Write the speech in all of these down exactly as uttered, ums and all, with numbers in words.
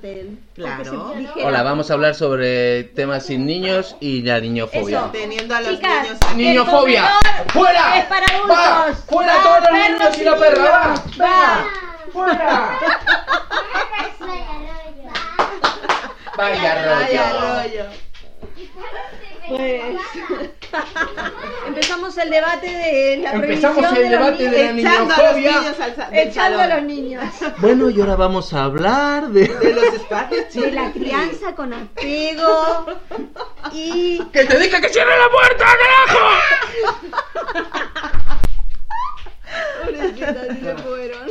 cartel. Claro. Dijera, Hola, vamos a hablar sobre temas sin niños y la niñofobia. Eso. Teniendo a los Chicas, niños... ¡Niñofobia! el ¡Fuera! es para adultos. ¡Va! ¡Fuera Va, todos los perros niños y la y perra! ¡Va! niños. ¡Va! ¡Fuera! Vaya Vaya rollo. rollo. Pues empezamos el debate de la Empezamos prohibición el de los debate de niños, la Echando a los niñofobia. niños al sa- del echando a salón. los niños. Bueno, y ahora vamos a hablar de... De los espacios De la chill. crianza con apego y ¡Que te dije que cierre la puerta, carajo! pobrecitas, sí se fueron.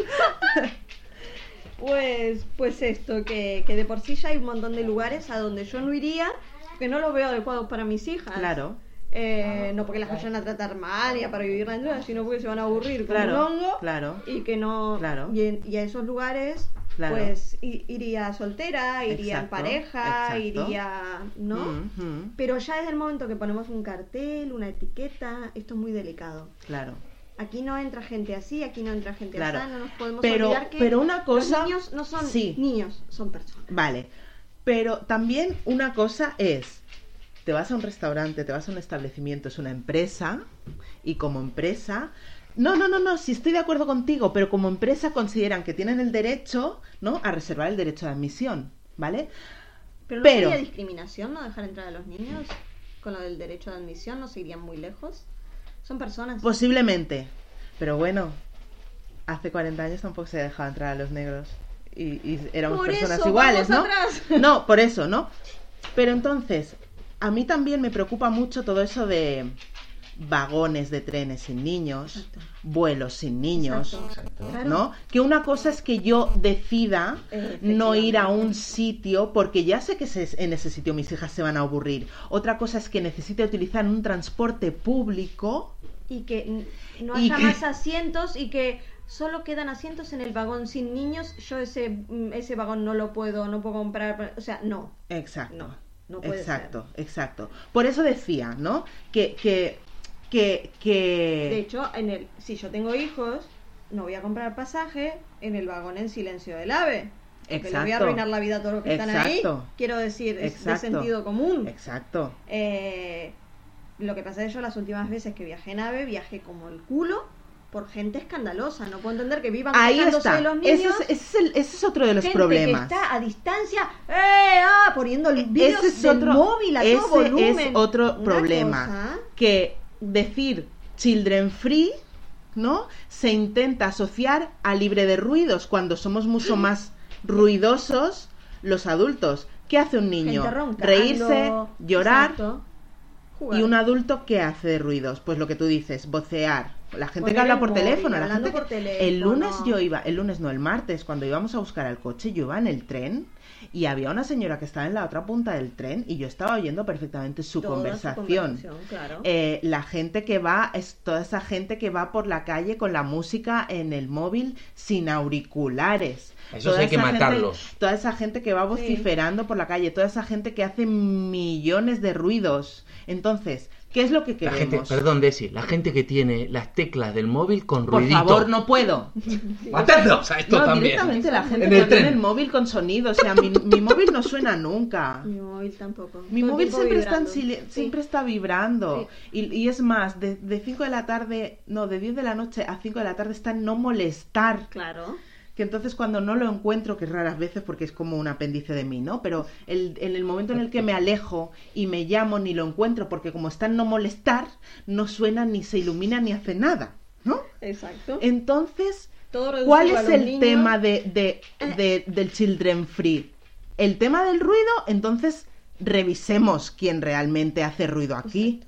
Pues, pues esto, que, que de por sí ya hay un montón de lugares a donde yo no iría, que no los veo adecuados para mis hijas. Claro. Eh, no porque las vayan a tratar mal ni a para vivir dentro, sino porque se van a aburrir con Claro, un hongo. claro. Y que no. Claro. Y, en- y a esos lugares, Claro. pues i- iría soltera, iría en Exacto, pareja, exacto. iría. ¿No? Ujú. Pero ya desde el momento que ponemos un cartel, una etiqueta, esto es muy delicado. Claro. Aquí no entra gente así, aquí no entra gente Claro. así, no nos podemos Pero- olvidar que pero una cosa- los niños no son sí. niños, son personas. Vale. Pero también una cosa es, te vas a un restaurante, te vas a un establecimiento, es una empresa, y como empresa... No, no, no, no, sí estoy de acuerdo contigo, pero como empresa consideran que tienen el derecho, ¿no?, a reservar el derecho de admisión, ¿vale? Pero no Pero- sería discriminación no dejar entrar a los niños con lo del derecho de admisión, no se irían muy lejos. Son personas. Posiblemente, pero bueno, hace cuarenta años tampoco se dejaba entrar a los negros y, y éramos Por personas eso, iguales, vamos ¿no? atrás. No, por eso, ¿no? Pero entonces, a mí también me preocupa mucho todo eso de vagones de trenes sin niños, Exacto. vuelos sin niños, Exacto. Claro. ¿no? Que una cosa es que yo decida no ir a un sitio porque ya sé que se- en ese sitio mis hijas se van a aburrir. Otra cosa es que necesite utilizar un transporte público. Y que n- no Y haya que- más asientos y que solo quedan asientos en el vagón sin niños. Yo ese mm, ese vagón no lo puedo, no puedo comprar. O sea, no. Exacto. No, no puede exacto, exacto. Por eso decía, ¿no? Que, que, que, que... De hecho, en el, si yo tengo hijos, no voy a comprar pasaje en el vagón en silencio del AVE. Porque les voy a Exacto. arruinar la vida a todos los que están ahí. Exacto. Quiero decir, es de Exacto. sentido común. Exacto. Eh, lo que pasa es que yo las últimas veces que viajé en AVE, viajé como el culo por gente escandalosa. No puedo entender que vivan Ahí quejándose está. de los Ese niños. es, ese, es el- ese es otro de los gente problemas. que está a distancia, ¡eh! Ah, poniendo el vídeos Ese es del otro, móvil a todo ese volumen. es otro Una problema. cosa. Que decir children free, ¿no? Se intenta asociar a libre de ruidos cuando somos mucho más ruidosos los adultos. ¿Qué hace un niño? Gente roncando, Reírse, llorar. exacto, jugar. ¿Y un adulto qué hace de ruidos? Pues lo que tú dices, vocear. La gente Poner que habla el por móvil, teléfono, la hablando gente por que... teléfono. El lunes yo iba, el lunes no, el martes, cuando íbamos a buscar al coche, yo iba en el tren y había una señora que estaba en la otra punta del tren y yo estaba oyendo perfectamente su Toda su conversación. conversación, claro. Eh, la gente que va, es toda esa gente que va por la calle con la música en el móvil sin auriculares. Esos Toda hay que esa gente- matarlos. toda esa gente que va vociferando por la calle, toda esa gente que hace millones de ruidos. Entonces, ¿qué es lo que La queremos? gente, perdón, Desi, la gente que tiene las teclas del móvil con Por ruidito. favor, no puedo. ¡Matadlos a esto No, también! directamente la gente En que el tiene tren. el móvil con sonido. O sea, mi, mi móvil no suena nunca. Mi móvil tampoco. Mi Todo el móvil tiempo siempre está, en vibrando. silen- Sí. siempre está vibrando. Y, y es más, de, de cinco de la tarde, no, de diez de la noche a cinco de la tarde está en no molestar. Claro. Que entonces cuando no lo encuentro, que es raras veces porque es como un apéndice de mí, ¿no? Pero el, en el momento en el que me alejo y me llamo ni lo encuentro porque como está en no molestar, no suena ni se ilumina ni hace nada, ¿no? Exacto. Entonces, Todo reducido ¿cuál a es los el niños. tema de, de, de- del children free? El tema del ruido, entonces revisemos quién realmente hace ruido aquí.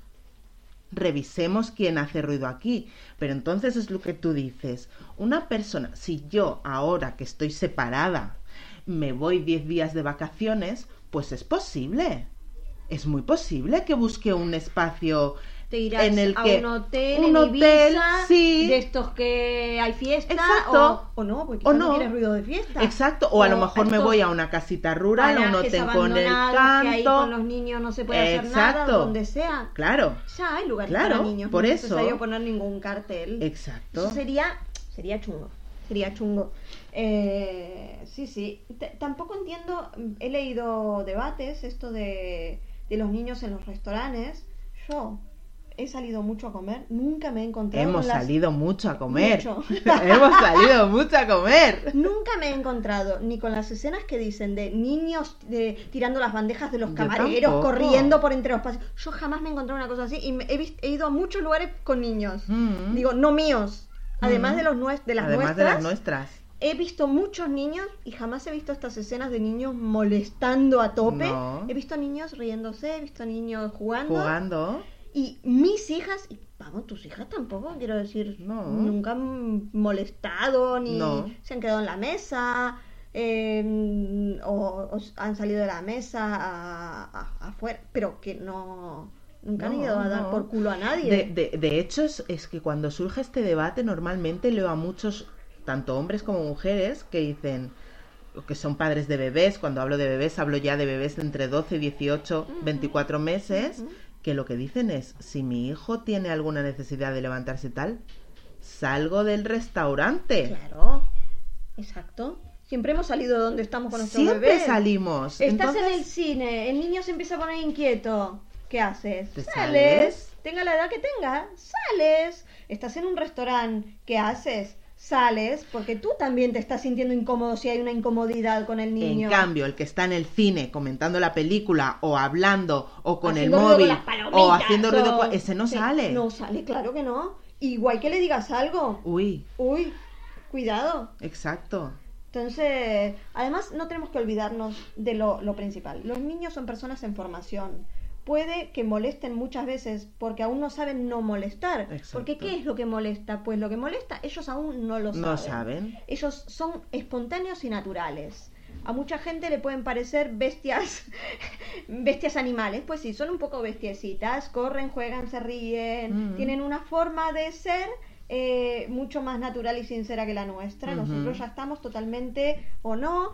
Revisemos quién hace ruido aquí. Pero entonces es lo que tú dices. Una persona, si yo ahora que estoy separada me voy diez días de vacaciones, pues es posible. Es muy posible que busque un espacio Te irás en el a que un hotel, un en hotel, Ibiza, sí. de estos que hay fiesta, Exacto. o, o no, porque O quizás no no. tienes ruido de fiesta. Exacto, o a lo mejor me estos voy a una casita rural, a un parajes hotel con el abandonados, que ahí con canto. los niños no se puede hacer nada, Exacto. donde sea. Claro, Ya hay lugares Claro, para niños, por no es eso. necesario poner ningún cartel. exacto. Eso sería, sería chungo, sería chungo. Eh, sí, sí. T- tampoco entiendo, he leído debates, esto de, de los niños en los restaurantes. Yo he salido mucho a comer, nunca me he encontrado Hemos con las... salido mucho a comer. Mucho. Hemos salido mucho a comer. Nunca me he encontrado ni con las escenas que dicen de niños de, tirando las bandejas de los Yo camareros, tampoco. corriendo por entre los pasillos. Yo jamás me he encontrado una cosa así y me- he, vis- he ido a muchos lugares con niños. Mm. Digo, no míos. Además Mm. de los nues- de las Además nuestras. de las nuestras. He visto muchos niños y jamás he visto estas escenas de niños molestando a tope. No. He visto niños riéndose, he visto niños jugando. Jugando. Y mis hijas, y vamos, tus hijas tampoco, quiero decir, No. nunca han molestado ni No. se han quedado en la mesa eh, o, o han salido de la mesa a- a- afuera, pero que no, nunca han No, ido a dar no. por culo a nadie. De, de, de hecho, es, es que cuando surge este debate, normalmente leo a muchos, tanto hombres como mujeres, que dicen que son padres de bebés. Cuando hablo de bebés, hablo ya de bebés de entre doce, dieciocho, veinticuatro meses, Ujú. que lo que dicen es, si mi hijo tiene alguna necesidad de levantarse y tal, salgo del restaurante. Claro, exacto. Siempre hemos salido de donde estamos con nuestros Siempre bebés. salimos. Estás Entonces, en el cine, el niño se empieza a poner inquieto. ¿Qué haces? ¿Te Sales. sales? Tenga la edad que tenga, sales. Estás en un restaurante, ¿qué haces? Sales, porque tú también te estás sintiendo incómodo si hay una incomodidad con el niño. en cambio, el que está en el cine comentando la película o hablando o con Haciendo el ruido móvil con las palomitas, o haciendo ruido o- con... ese no Sí, sale. No sale, claro que no. Igual que le digas algo. Uy, Uy, cuidado. exacto. Entonces, además no tenemos que olvidarnos de lo, lo principal. Los niños son personas en formación. Puede que molesten muchas veces porque aún no saben no molestar. Exacto. Porque ¿qué es lo que molesta? Pues lo que molesta ellos aún no lo saben. No saben. Ellos son espontáneos y naturales. A mucha gente le pueden parecer bestias, bestias animales. Pues sí, son un poco bestiecitas. Corren, juegan, se ríen. Mm. Tienen una forma de ser eh, mucho más natural y sincera que la nuestra. Ujú. Nosotros ya estamos totalmente, o no,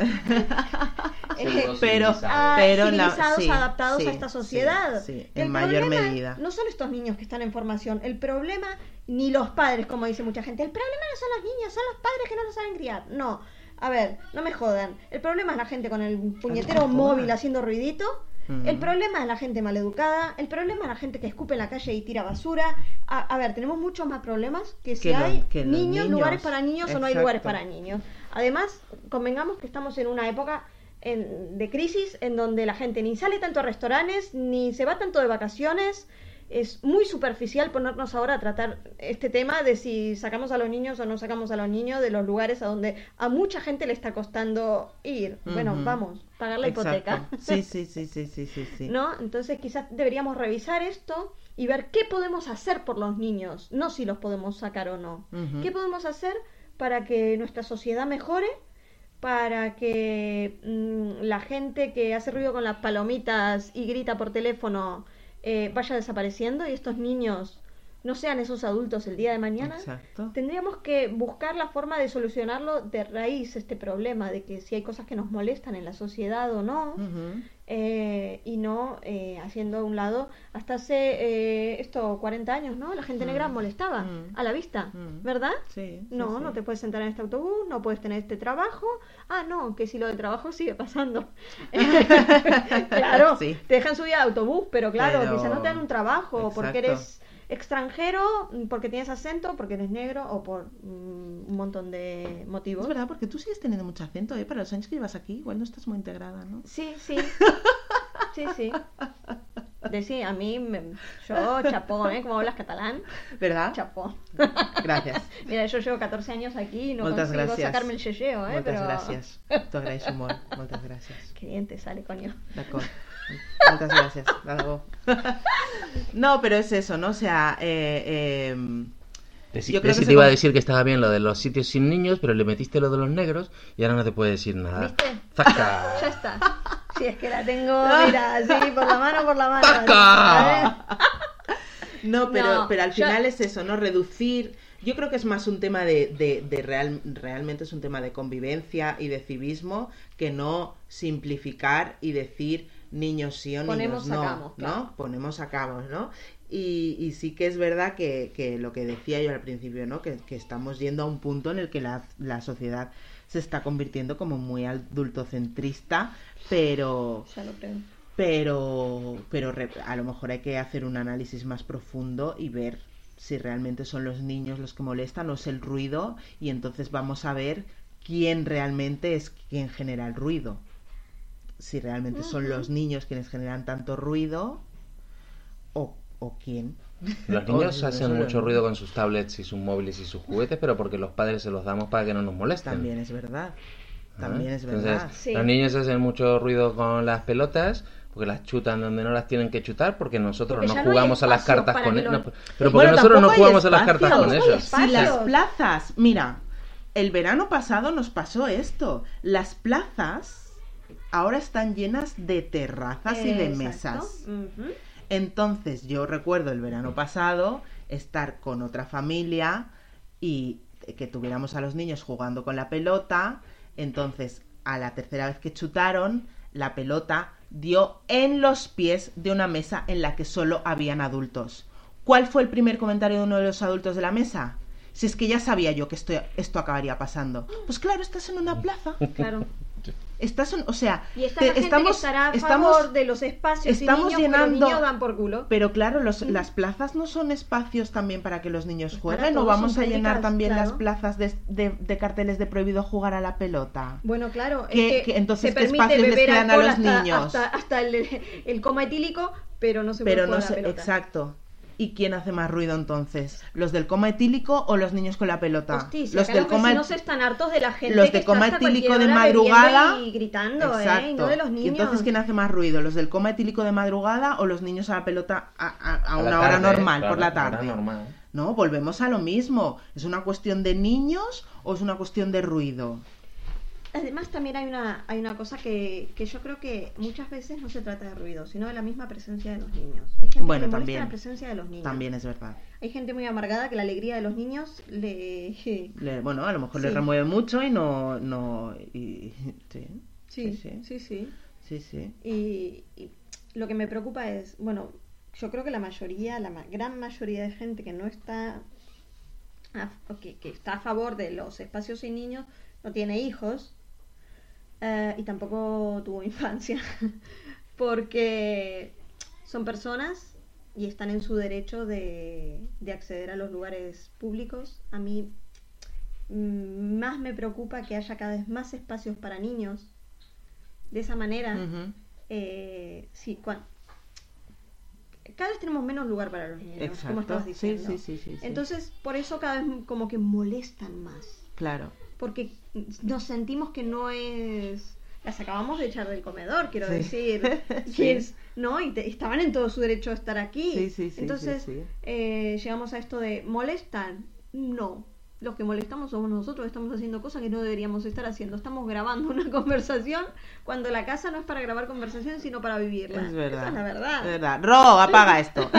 eh, Seguros pero- civilizados. ah, Pero la- civilizados, sí, adaptados sí, a esta sociedad. sí, sí, El en mayor problema medida. no son estos niños que están en formación. El problema, ni los padres, como dice mucha gente. El problema no son los niños, son los padres que no los saben criar. No. A ver, no me jodan. El problema es la gente con el puñetero jodan. móvil haciendo ruidito. Ujú. El problema es la gente maleducada. El problema es la gente que escupe en la calle y tira basura. A, a ver, tenemos muchos más problemas que si Que lo- hay que los niños, niños. lugares para niños o no hay Exacto. lugares para niños. Además, convengamos que estamos en una época en- de crisis en donde la gente ni sale tanto a restaurantes, ni se va tanto de vacaciones. Es muy superficial ponernos ahora a tratar este tema de si sacamos a los niños o no sacamos a los niños de los lugares a donde a mucha gente le está costando ir. Bueno, Ujú. vamos, pagar la Exacto. hipoteca. Sí, sí, sí, sí, sí, sí, sí. ¿No? Entonces quizás deberíamos revisar esto y ver qué podemos hacer por los niños, no si los podemos sacar o no. Ujú. ¿Qué podemos hacer para que nuestra sociedad mejore? Para que mm, la gente que hace ruido con las palomitas y grita por teléfono eh, vaya desapareciendo y estos niños no sean esos adultos el día de mañana. Exacto. Tendríamos que buscar la forma de solucionarlo de raíz, este problema de que si hay cosas que nos molestan en la sociedad o no, Ujú. eh, y no eh, haciendo a un lado. Hasta hace eh, esto cuarenta años, ¿no? La gente negra molestaba Mm. a la vista, Mm. ¿verdad? Sí, sí, No, sí. no te puedes sentar en este autobús, no puedes tener este trabajo. Ah, no, que si lo del trabajo sigue pasando. Claro, Sí. te dejan subir al autobús, pero claro, Pero- quizás no te dan un trabajo porque Exacto. eres extranjero, porque tienes acento, porque eres negro o por mm, un montón de motivos. Es verdad, porque tú sigues teniendo mucho acento, ¿eh? Para los años que llevas aquí, igual no estás muy integrada, ¿no? Sí, sí. Sí, sí. De sí, a mí, me- yo chapó, ¿eh? Como hablas catalán, ¿Verdad? chapó. Gracias. Mira, yo llevo catorce años aquí y no Moltes consigo gràcies. sacarme el yeyeo, ¿eh? Moltes Pero... gràcies. T'ho agraeixo molt. Moltes gràcies. Qué bien te sale, coño. D'acord. Moltes gràcies. De debò. No, pero es eso, ¿no? O sea, eh, eh, Desi- yo creo Desi que te se iba a con- decir que estaba bien lo de los sitios sin niños, pero le metiste lo de los negros y ahora no te puede decir nada. ¿Viste? ¡Zaca! Ya está. Si es que la tengo, mira, así, por la mano, por la mano. ¡Taca! ¿sabes? No, pero, No, pero al yo- final es eso, ¿no? Reducir. Yo creo que es más un tema de, de, de real, realmente es un tema de convivencia y de civismo que no simplificar y decir niños sí o Ponemos niños no, sacamos, claro. ¿no? Ponemos sacamos, ¿no? Y, y sí que es verdad que, que lo que decía yo al principio, ¿no? Que, que estamos yendo a un punto en el que la, la sociedad se está convirtiendo como muy adultocentrista, pero... Ya lo creo. Pero, pero re- a lo mejor hay que hacer un análisis más profundo y ver si realmente son los niños los que molestan o es el ruido, y entonces vamos a ver quién realmente es quien genera el ruido. Si realmente son Ujú. los niños quienes generan tanto ruido o, o quién. Los O niños si no hacen son los mucho niños. ruido con sus tablets y sus móviles y sus juguetes, pero porque los padres se los damos para que no nos molesten. También es verdad. ¿Ah? También es Entonces, verdad. Sí. los niños hacen mucho ruido con las pelotas porque las chutan donde no las tienen que chutar, porque nosotros Porque no ya no hay jugamos a las espacio cartas para con que ellos. lo- No, pero porque Bueno, nosotros no tampoco hay jugamos a las espacio. cartas con Tampoco hay ellos. espacio. Si las Espacios. plazas, mira, el verano pasado nos pasó esto. Las plazas ahora están llenas de terrazas y de Exacto. mesas. Ujú. Entonces yo recuerdo el verano pasado estar con otra familia y que tuviéramos a los niños jugando con la pelota. Entonces, a la tercera vez que chutaron, la pelota dio en los pies de una mesa en la que solo habían adultos. ¿Cuál fue el primer comentario de uno de los adultos de la mesa? Si es que ya sabía yo que esto, esto acabaría pasando. Pues claro, estás en una plaza. Claro. Estás en, o sea, Y está te- la gente estamos, que estará a estamos, favor de los espacios estamos y niños, llenando- pero los niños dan por culo. pero claro, los, las plazas no son espacios también para que los niños Para jueguen. ¿O todos vamos son a llenar públicas, también claro. las plazas de, de- de carteles de prohibido jugar a la pelota? Bueno, claro, ¿Qué- es que qué- entonces, se qué permite espacios les beber quedan a alcohol los hasta, niños? hasta, hasta el, el coma etílico, pero no se puede Pero jugar no a la sé, pelota. exacto. ¿Y quién hace más ruido entonces? ¿Los del coma etílico o los niños con la pelota? Hostia, si los acá del los coma vecinos están hartos de la gente los que de está coma hasta etílico cualquier de hora bebiendo madrugada y gritando, Exacto. ¿eh? Y no de los ¿Y niños. entonces quién hace más ruido? ¿Los del coma etílico de madrugada o los niños a la pelota a, a- a A la una hora tarde, normal, claro, por la a la hora tarde? normal. No, volvemos a lo mismo. ¿Es una cuestión de niños o es una cuestión de ruido? Además también hay una, hay una cosa que, que yo creo que muchas veces no se trata de ruido, sino de la misma presencia de los niños. Hay gente Bueno, que le molesta también. la presencia de los niños. También es verdad. Hay gente muy amargada que la alegría de los niños le... Le- bueno, a lo mejor Sí. le remueve mucho y no... no y- sí, Sí, sí, sí, sí. sí, sí. Y, y lo que me preocupa es, bueno, yo creo que la mayoría, la ma- gran mayoría de gente que no está, a, o que, que está a favor de los espacios sin niños, no tiene hijos eh, y tampoco tuvo infancia, porque son personas y están en su derecho de, de acceder a los lugares públicos. A mí mm, más me preocupa que haya cada vez más espacios para niños. De esa manera, Ujú. eh, sí, cuan- cada vez tenemos menos lugar para los niños, Exacto. como estabas Sí, diciendo. sí, sí, sí, sí. Entonces, por eso cada vez como que molestan más, Claro. porque nos sentimos que no es... Las acabamos de echar del comedor, quiero Sí. decir. Sí. Y es- ¿no? Y te- estaban en todo su derecho a estar aquí. Sí, sí, sí, Entonces, sí, sí. eh, llegamos a esto de ¿molestan? No. Los que molestamos somos nosotros, estamos haciendo cosas que no deberíamos estar haciendo. Estamos grabando una conversación cuando la casa no es para grabar conversaciones, sino para vivirla. Es verdad. Esa es la verdad. Es verdad. Ro, apaga esto.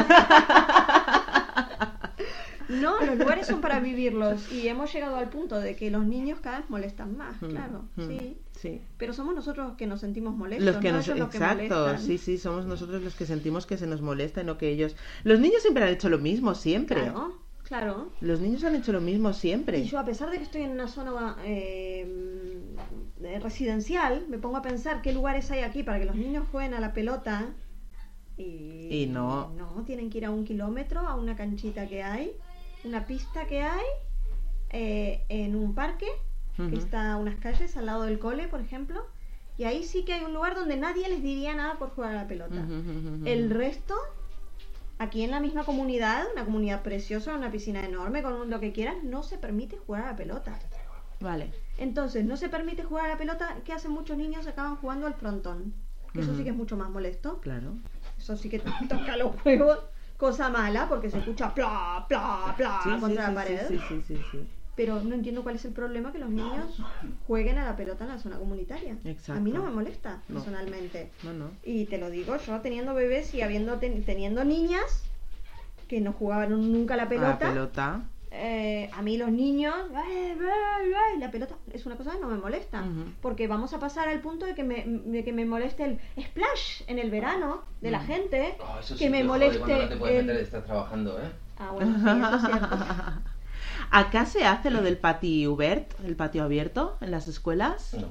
No, los lugares son para vivirlos. Y hemos llegado al punto de que los niños cada vez molestan más, claro, Mm, sí. Sí. Pero somos nosotros los que nos sentimos molestos, Los que no nos, ellos los que exacto, molestan. sí, sí, somos nosotros los que sentimos que se nos molesta y no que ellos. Los niños siempre han hecho lo mismo, siempre. Claro, claro. Los niños han hecho lo mismo siempre. Y yo, a pesar de que estoy en una zona eh, eh, residencial, me pongo a pensar qué lugares hay aquí para que los niños jueguen a la pelota. Y, Y no. No, tienen que ir a un kilómetro, a una canchita que hay, una pista que hay, eh, en un parque, Ujú. que está a unas calles al lado del cole, por ejemplo. Y ahí sí que hay un lugar donde nadie les diría nada por jugar a la pelota. Ujú, ujú, ujú. El resto, aquí en la misma comunidad, una comunidad preciosa, una piscina enorme, con un- lo que quieras, no se permite jugar a la pelota. Vale. Entonces, no se permite jugar a la pelota. ¿Qué hacen muchos niños? Acaban jugando al frontón. Que Eso Ujú. sí que es mucho más molesto. Claro. Eso sí que to- toca los huevos. Cosa mala, porque se escucha pla, pla, pla Sí, sí, contra sí, la pared. sí, sí, sí, sí. Pero no entiendo cuál es el problema que los niños jueguen a la pelota en la zona comunitaria. Exacto. A mí no me molesta, No. personalmente. No, no. Y te lo digo, yo teniendo bebés y habiendo ten- teniendo niñas que no jugaban nunca a la A la pelota, pelota. Eh, a mí los niños, eh, eh, eh, la pelota es una cosa que no me molesta, Ujú. porque vamos a pasar al punto de que me, de que me moleste el splash en el verano de la gente, Oh, eso que sí me jode moleste cuando no te puedes el... meter, estás trabajando, ¿eh? Ah, bueno, sí, eso es cierto. Acá se hace lo del patio obert, el patio abierto en las escuelas, No.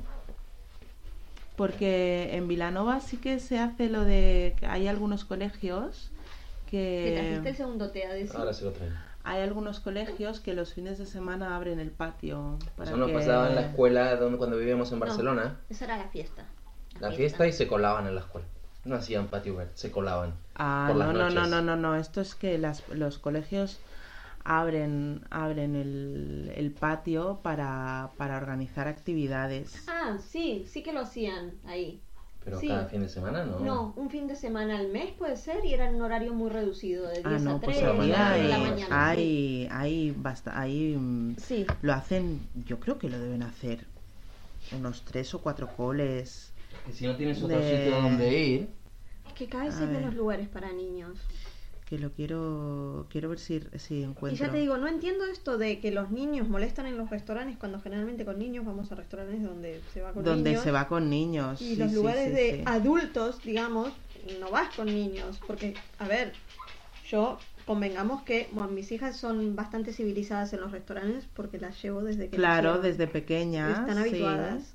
porque en Vilanova sí que se hace lo de que hay algunos colegios ¿Te trajiste el que segundo té a decir? Ahora se lo traigo. hay algunos colegios que los fines de semana abren el patio para Eso nos que- pasaba en la escuela donde, cuando vivíamos en No, Barcelona. esa era la fiesta. La fiesta y se colaban en la escuela. No hacían patio verde, se colaban. Ah, por las no, no, no, noches. no, no, no, esto es que las, los colegios abren abren el, el patio para, para organizar actividades. Ah, sí, sí que lo hacían ahí. Pero Sí. cada fin de semana no. No, un fin de semana al mes puede ser y era en un horario muy reducido, de diez Ah, no, a pues tres a la aquí mañana, hay, de la mañana. sí. hay, hay, basta, hay, mm, Sí. lo hacen, yo creo que lo deben hacer unos tres o cuatro coles. Que si no tienes otro De- sitio donde ir, Es que cada vez A hay ver. menos lugares para niños. Que lo quiero, quiero ver si, si encuentro. Y ya te digo, no entiendo esto de que los niños molestan en los restaurantes cuando generalmente con niños vamos a restaurantes donde se va con donde niños. se va con niños. Y sí, los sí, lugares sí, de sí. adultos, digamos, no vas con niños. Porque, a ver, yo convengamos que bueno, mis hijas son bastante civilizadas en los restaurantes porque las llevo desde que Claro, nacieron. desde pequeñas. Están sí. habituadas.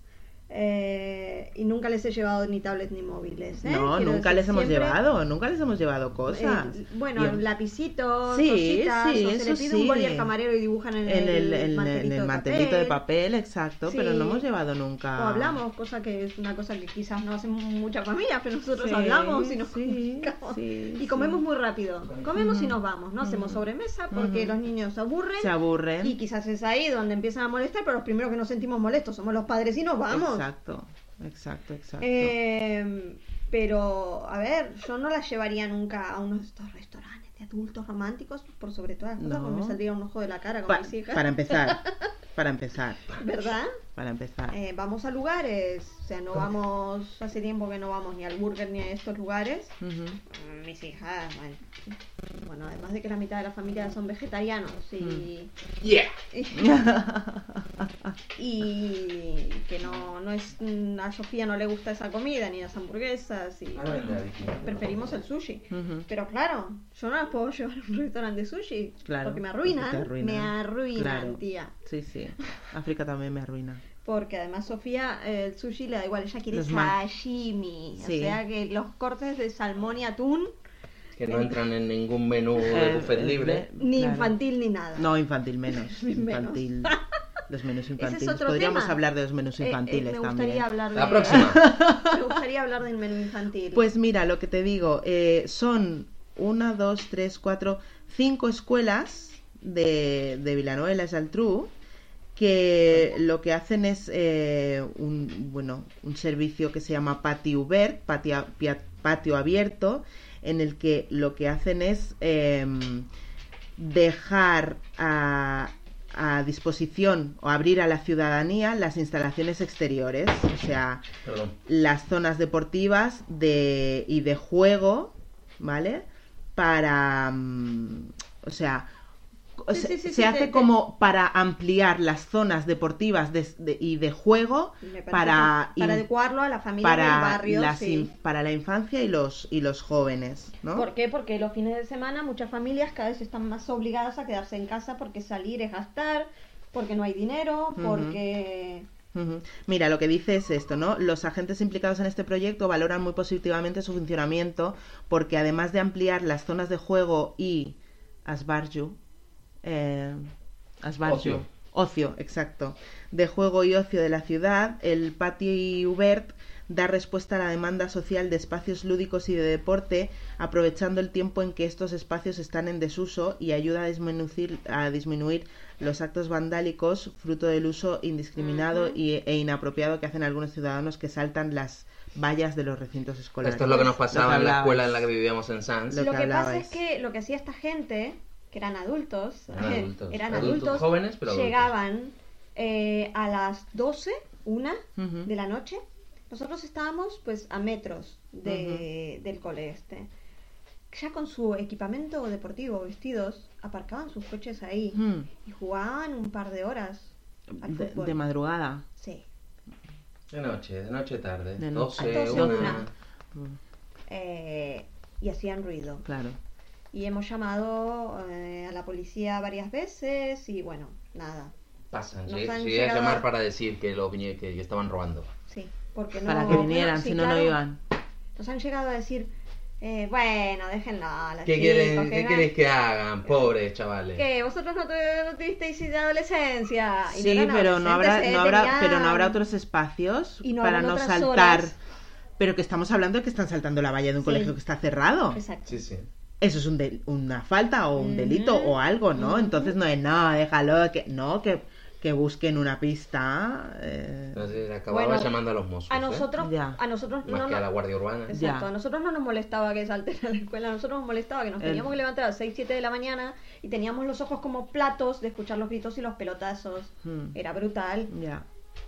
Eh, y nunca les he llevado ni tablet ni móviles. ¿eh? No, Quiero nunca decir, les hemos siempre, llevado, nunca les hemos llevado cosas. eh, bueno, Yo- lapicitos, Sí, cositas, sí, o se eso le pide sí. un boli al camarero y dibujan en, en el, en- mantelito, en el de mantelito papel. de papel, exacto, Sí. pero no hemos llevado nunca. O hablamos, cosa que es una cosa que quizás no hacen muchas familias, pero nosotros Sí, hablamos y nos sí, comunicamos. sí, y comemos sí. muy rápido. Comemos y nos vamos, no hacemos sobremesa porque los niños se aburren. Se aburren. Y quizás es ahí donde empiezan a molestar, pero los primeros que nos sentimos molestos somos los padres y nos vamos. Exacto, exacto, exacto. Eh, pero, a ver, yo no las llevaría nunca a uno de estos restaurantes de adultos románticos, por sobre todas las cosas, No. porque me saldría un ojo de la cara con Pa- mis hijas. para empezar, para empezar, ¿Verdad? para empezar. Eh, vamos a lugares, o sea, no vamos, hace tiempo que no vamos ni al burger ni a estos lugares. Ujú. Mis hijas, bueno, bueno, además de que la mitad de la familia son vegetarianos y, yeah. y que no, no es, a Sofía no le gusta esa comida ni las hamburguesas y Ahora vendrá Vicky. preferimos el sushi. Ujú. Pero claro, yo no las puedo llevar a un restaurante de sushi Claro, porque me arruinan, porque te arruinan. me arruinan, Claro. tía. Sí, sí. África también me arruina. Porque además Sofía, eh, el sushi le da igual, ella quiere Los ma- sashimi. Sí. O sea que los cortes de salmón y atún, Que no entran en ningún menú de Eh, buffet eh, libre. ni Claro. infantil ni nada. No, infantil menos. Menos. Infantil. Los menús infantiles. otro Podríamos tema. hablar de los menús Eh, eh, infantiles me también. gustaría hablar de... La próxima. Me gustaría hablar del menú infantil. Pues mira, lo que te digo, eh, son una, dos, tres, cuatro, cinco escuelas de, de Vilanova y la Geltrú que lo que hacen es eh, un bueno un servicio que se llama patio obert, patio, pia- patio abierto, en el que lo que hacen es eh, dejar a, a disposición o abrir a la ciudadanía las instalaciones exteriores, o sea, Perdón. las zonas deportivas de, y de juego, ¿vale? Para, mm, o sea, o Sí, sea, sí, sí, se sí, hace te- te- como para ampliar las zonas deportivas de- de- y de juego Me parece para, que para in- adecuarlo a la familia para del barrio, las sí. in- para la infancia y los y los jóvenes, ¿no? ¿Por qué? Porque los fines de semana muchas familias cada vez están más obligadas a quedarse en casa porque salir es gastar, porque no hay dinero, porque... Ujú. Mira, lo que dice es esto, ¿no? Los agentes implicados en este proyecto valoran muy positivamente su funcionamiento porque además de ampliar las zonas de juego y asbarju, eh, asbarju, Ocio. ocio, exacto, de juego y ocio de la ciudad, el patio obert da respuesta a la demanda social de espacios lúdicos y de deporte, aprovechando el tiempo en que estos espacios están en desuso y ayuda a disminuir, a disminuir los actos vandálicos fruto del uso indiscriminado Ujú. y, e inapropiado que hacen algunos ciudadanos que saltan las vallas de los recintos escolares. Esto es lo que nos pasaba Lo que en la hablabais. escuela en la que vivíamos en Sans. Lo Lo que que pasa hablabais. es que lo que hacía esta gente, que eran adultos, Eran adultos. eran Adultos adultos, jóvenes, pero adultos. llegaban eh, a las doce, una Ujú. de la noche. Nosotros estábamos pues a metros de, del cole este. ya con su equipamiento deportivo, vestidos, aparcaban sus coches ahí Mm. y jugaban un par de horas al De, fútbol. de madrugada. Sí. De noche, de noche tarde. De noche. doce, A doce, una. una. Mm, Eh, y hacían ruido. Claro. Y hemos llamado eh, a la policía varias veces y bueno, nada. Pasan, Nos sí, han sí, a llegado llamar a- para decir que lo viñe- que estaban robando. Sí, porque no... Para que vinieran, bueno, sí, si no, no claro. iban. Nos han llegado a decir, eh, bueno, déjenlo, los ¿Qué, chicos, quieren, que ¿qué hagan- queréis que hagan, pobres chavales? que vosotros no, tu- no tuvisteis de adolescencia. Y Sí, no eran pero no habrá, adolescentes, no eh, habrá, tenían- pero no habrá otros espacios Y no para habrán no otras saltar. horas. Pero que estamos hablando de que están saltando la valla de un Sí. colegio que está cerrado. Exacto. Sí, sí. Eso es un del- una falta o un Ujú. delito o algo, ¿no? Ujú. Entonces no es, no, déjalo, que no, que, que busquen una pista. eh, Entonces acababa Bueno, llamando a los mozos. A ¿eh? nosotros, Ya. a nosotros Más no, que a la no- Guardia Urbana. Exacto, Ya. a nosotros no nos molestaba que salten a la escuela, a nosotros nos molestaba que nos El- teníamos que levantar a las seis, siete de la mañana y teníamos los ojos como platos de escuchar los gritos y los pelotazos. Hmm. Era brutal, Ya.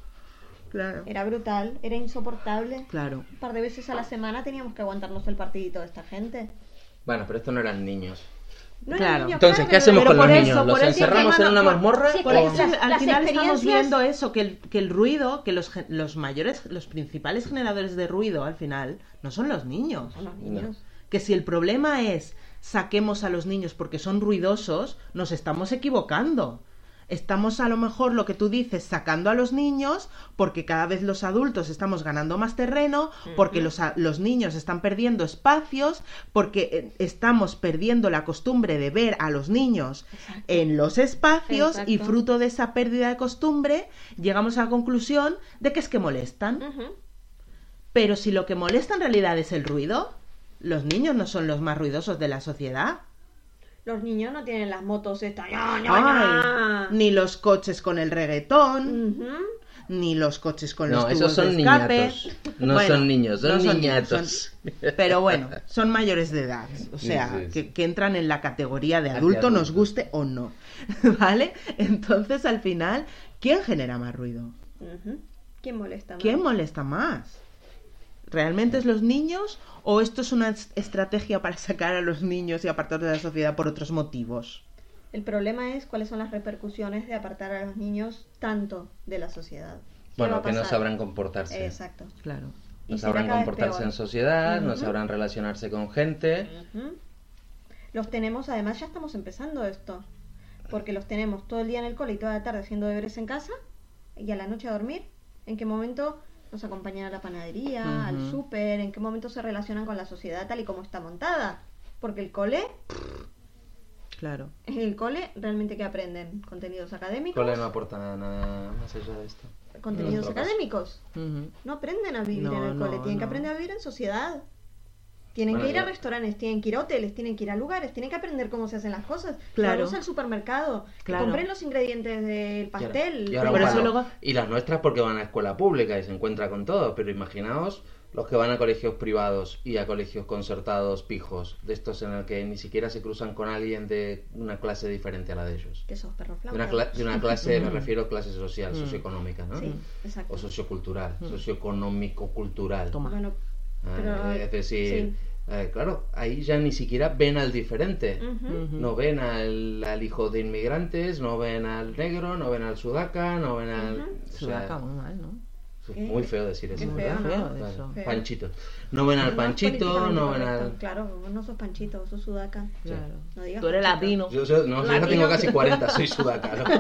Claro. era brutal, era insoportable. Claro. Un par de veces a la semana teníamos que aguantarnos el partidito de esta gente. Bueno, pero estos no eran niños. No eran Claro. niños, Entonces, claro ¿qué que no hacemos eran- Pero con los por niños? eso, ¿Los por eso, encerramos hermano, en una por- mazmorra? sí, Por que o- eso, las- al las final estamos experiencias- viendo eso, que el, que el ruido, que los, gen- los mayores, los principales generadores de ruido al final no son los niños. Son los niños. Que si el problema es saquemos a los niños porque son ruidosos, nos estamos equivocando. Estamos a lo mejor, lo que tú dices, sacando a los niños porque cada vez los adultos estamos ganando más terreno, porque los, a- los niños están perdiendo espacios, porque eh, estamos perdiendo la costumbre de ver a los niños Exacto. en los espacios y Exacto. fruto de esa pérdida de costumbre llegamos a la conclusión de que es que molestan. Ujú. Pero si lo que molesta en realidad es el ruido, los niños no son los más ruidosos de la sociedad. Los niños no tienen las motos estas. ¡ña, ña, Ay, ña! ni los coches con el reggaetón, Ujú. ni los coches con No, los esos tubos de son escape. niñatos. No son niños, son niños, niñatos. son- Pero bueno, son mayores de edad. O Sí, sea, sí, sí. Que, que entran en la categoría de Hacia adulto, nos adultos. guste o no. ¿Vale? Entonces, al final, ¿quién genera más ruido? Ujú. ¿Quién molesta más? ¿Quién molesta más? ¿Realmente es los niños o esto es una es- estrategia para sacar a los niños y apartarlos de la sociedad por otros motivos? El problema es cuáles son las repercusiones de apartar a los niños tanto de la sociedad. ¿Qué va Bueno, a que no pasar? sabrán comportarse. Exacto. Claro. Y No será sabrán cada vez comportarse peor. en sociedad, no Ujú. sabrán relacionarse con gente. Ujú. Los tenemos, además ya estamos empezando esto, porque los tenemos todo el día en el cole y toda la tarde haciendo deberes en casa y a la noche a dormir. ¿En qué momento nos acompañan a la panadería, al Ujú. súper? ¿En qué momento se relacionan con la sociedad tal y como está montada? Porque el cole, Claro. en el cole realmente que aprenden contenidos académicos, Cole no aporta nada más allá de esto. contenidos Nuestro caso. académicos. Ujú. No aprenden a vivir No, en el cole, no, tienen que no. aprender a vivir en sociedad. Tienen Bueno, que ir a yo- restaurantes, tienen que ir a hoteles, tienen que ir a lugares, tienen que aprender cómo se hacen las cosas. Claro. Vamos al supermercado, que Claro. compren los ingredientes del pastel. Y, ahora Por un eso palo. luego- Y las nuestras porque van a escuela pública y se encuentran con todo. Pero imaginaos los que van a colegios privados y a colegios concertados pijos, de estos en el que ni siquiera se cruzan con alguien de una clase diferente a la de ellos. Que sos perro De flauta. una, cla- de una clase, me Mm. refiero a clase social, Mm. socioeconómica, ¿no? Sí, exacto. O sociocultural, socioeconómico-cultural. Toma. Bueno, Ah, pero, es decir, sí. eh, claro, ahí ya ni siquiera ven al diferente. Ujú. Ujú. No ven al, al hijo de inmigrantes, no ven al negro, no ven al sudaca, no ven al... Ujú. o sea, Sudaca, muy mal, ¿no? es muy feo decir eso, Qué ¿verdad? feo, ¿no? Bueno, Eso. Feo. Panchito. No ven al No es panchito, políticamente no ven correcto. al... Claro, vos no sos panchito, vos sos sudaca. Claro. No digas Tú eres panchito. latino. Yo, yo- no, yo ya Latino. tengo casi cuarenta, soy sudaca, ¿no?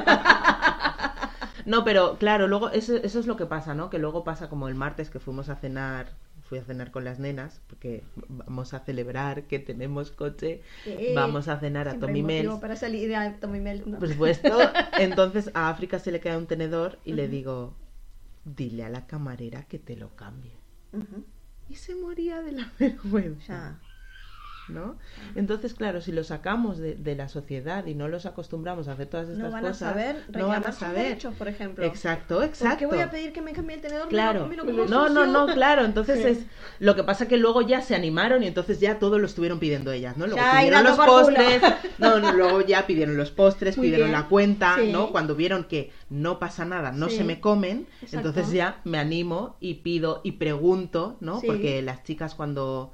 No, pero claro, luego eso, eso es lo que pasa, ¿no? Que luego pasa como el martes que fuimos a cenar, fui a cenar con las nenas, porque vamos a celebrar que tenemos coche, Sí. vamos a cenar a Siempre Tommy hay motivo Mel's, para salir a Tommy Mel's, ¿no? por supuesto. Entonces a África se le queda un tenedor y le digo, dile a la camarera que te lo cambie. Ujú. Y se moría de la vergüenza. Ya. ¿No? Entonces, claro, si lo sacamos de, de la sociedad y no los acostumbramos a hacer todas estas No van a cosas, saber no van reclamar a sus saber. derechos, por ejemplo. Exacto, exacto. ¿Por qué voy a pedir que me cambie el tenedor? Claro, Me lo- me lo como no, no, sucio. no, claro, entonces Sí. es lo que pasa que luego ya se animaron y entonces ya todo lo estuvieron pidiendo ellas, ¿no? Luego Ya, y pidieron dando los por culo. postres, no, no, luego ya pidieron los postres, Muy pidieron bien. la cuenta, Sí. ¿no? Cuando vieron que no pasa nada, no Sí. se me comen, Exacto. entonces ya me animo y pido y pregunto, ¿no? Sí. Porque las chicas cuando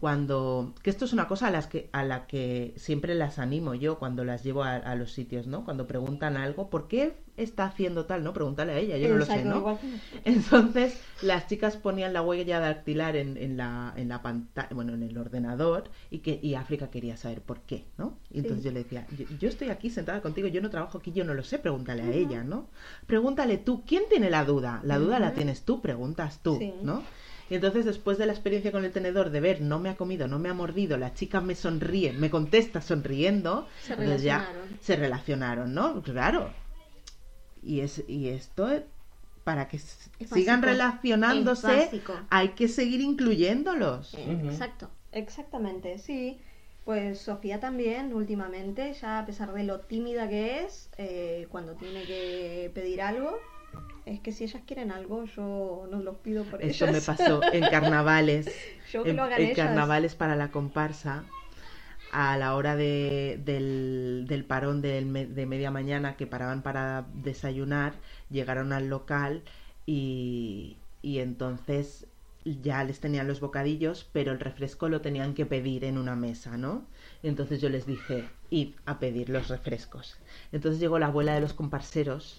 cuando... Que esto es una cosa a, las que, a la que siempre las animo yo cuando las llevo a, a los sitios, ¿no? Cuando preguntan algo, ¿por qué está haciendo tal? ¿No? Pregúntale a ella, yo no lo sé, ¿no? Entonces, las chicas ponían la huella dactilar en, en la, en la pantalla, bueno, en el ordenador, y que y África quería saber por qué, ¿no? Y entonces Sí. yo le decía, yo, yo estoy aquí sentada contigo, yo no trabajo aquí, yo no lo sé, pregúntale a ella, ¿no? Pregúntale tú, ¿quién tiene la duda? La duda la tienes tú, preguntas tú, Sí. ¿no? Y entonces, después de la experiencia con el tenedor, de ver, no me ha comido, no me ha mordido, la chica me sonríe, me contesta sonriendo, Se entonces ya relacionaron. se relacionaron, ¿no? Claro. Y, es, y esto, para que s- Es sigan básico. relacionándose, Es básico. hay que seguir incluyéndolos. Ujú. Exacto, exactamente, sí. Pues Sofía también, últimamente, ya a pesar de lo tímida que es, eh, cuando tiene que pedir algo, es que si ellas quieren algo, yo no los pido por Esto ellas. me pasó en carnavales, Yo que en, lo hagan en ellas. carnavales para la comparsa, a la hora de, del, del parón del me- de media mañana, que paraban para desayunar, llegaron al local y, y entonces ya les tenían los bocadillos, pero el refresco lo tenían que pedir en una mesa, ¿no? Entonces yo les dije, id a pedir los refrescos. Entonces llegó la abuela de los comparseros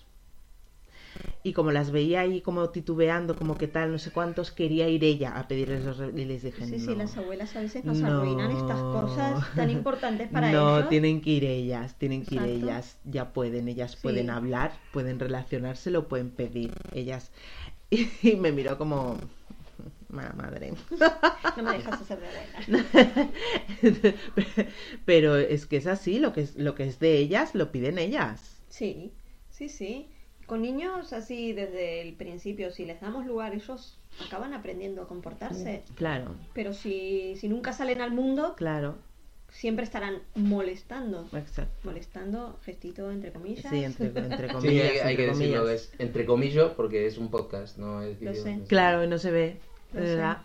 y como las veía ahí como titubeando, como que tal, no sé cuántos, quería ir ella a pedirles los re- y les dije, Sí, no, sí, las abuelas a veces nos no, arruinan estas cosas tan importantes para no, ellos. tienen que ir ellas, tienen que ir Exacto. ellas, ya pueden, ellas Sí. pueden hablar, pueden relacionarse, lo pueden pedir, ellas. Y me miró como, mala madre. No me dejas hacer de abuela. Pero es que es así, lo que es, lo que es de ellas, lo piden ellas. Sí, sí, sí. Con niños así desde el principio, si les damos lugar, ellos acaban aprendiendo a comportarse. Claro, Pero si, si nunca salen al mundo, claro, siempre estarán molestando. exacto. Molestando, gestito entre comillas. Sí, entre, entre Sí, comillas. hay, hay entre que decirlo, comillas. es entre comillas porque es un podcast, no es Lo vídeo. sé. Claro, no se ve, Lo sé. ¿verdad?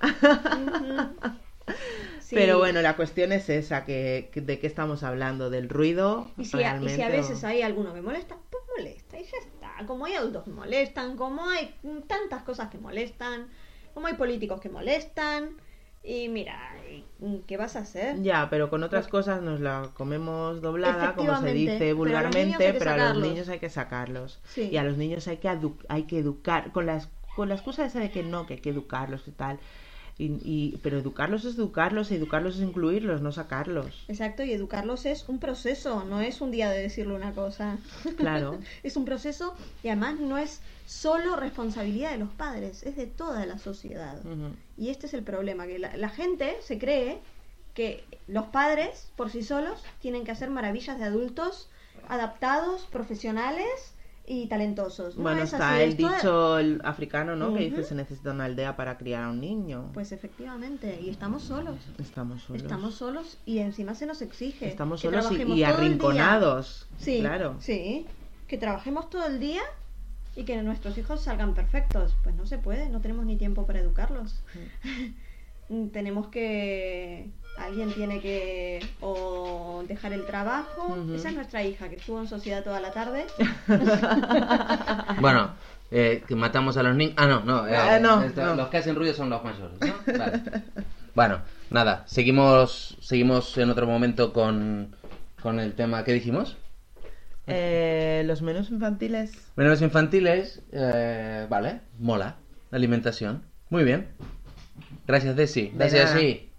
Ujú. Sí. Pero bueno, la cuestión es esa, que, que- de qué estamos hablando, del ruido Y si, a, y realmente. si a o- veces hay alguno que molesta, pues molesta y ya está. Como hay adultos que molestan, como hay tantas cosas que molestan, como hay políticos que molestan. Y mira, ¿y ¿qué vas a hacer? Ya, pero con otras cosas nos la comemos doblada, como se Efectivamente, dice pero a los vulgarmente, niños hay que pero a los sacarlos. niños hay que sacarlos. Sí. Y a los niños hay que, edu- hay que educar, con las con la excusa esa de que no, que hay que educarlos y tal. Y, y- pero educarlos es educarlos, y educarlos es incluirlos, no sacarlos. Exacto, y educarlos es un proceso, no es un día de decirle una cosa. Claro. Es un proceso y además no es solo responsabilidad de los padres, es de toda la sociedad. Ujú. Y este es el problema, que la, la gente se cree que los padres por sí solos tienen que hacer maravillas de adultos adaptados, profesionales y talentosos. No Bueno, es está así, el es toda- dicho el africano, ¿no? Que dice Ujú. se necesita una aldea para criar a un niño. Pues efectivamente, y estamos solos. Estamos solos. Estamos solos y encima se nos exige. Estamos que solos y, trabajemos y todo el día. arrinconados. Sí, Claro. sí. Que trabajemos todo el día y que nuestros hijos salgan perfectos. Pues no se puede, no tenemos ni tiempo para educarlos. Tenemos que... Alguien tiene que o dejar el trabajo. Ujú. Esa es nuestra hija, que estuvo en sociedad toda la tarde. Bueno, eh, que matamos a los niños. Ah, no, no, eh, Ah, no, esto- no. los que hacen ruido son los mayores, ¿no? Vale. Bueno, nada, seguimos seguimos en otro momento con, con el tema que dijimos. Eh, los menús infantiles. Menús infantiles, eh, vale, mola, la alimentación. Muy bien. Gracias, Desi. De Gracias, nada. sí.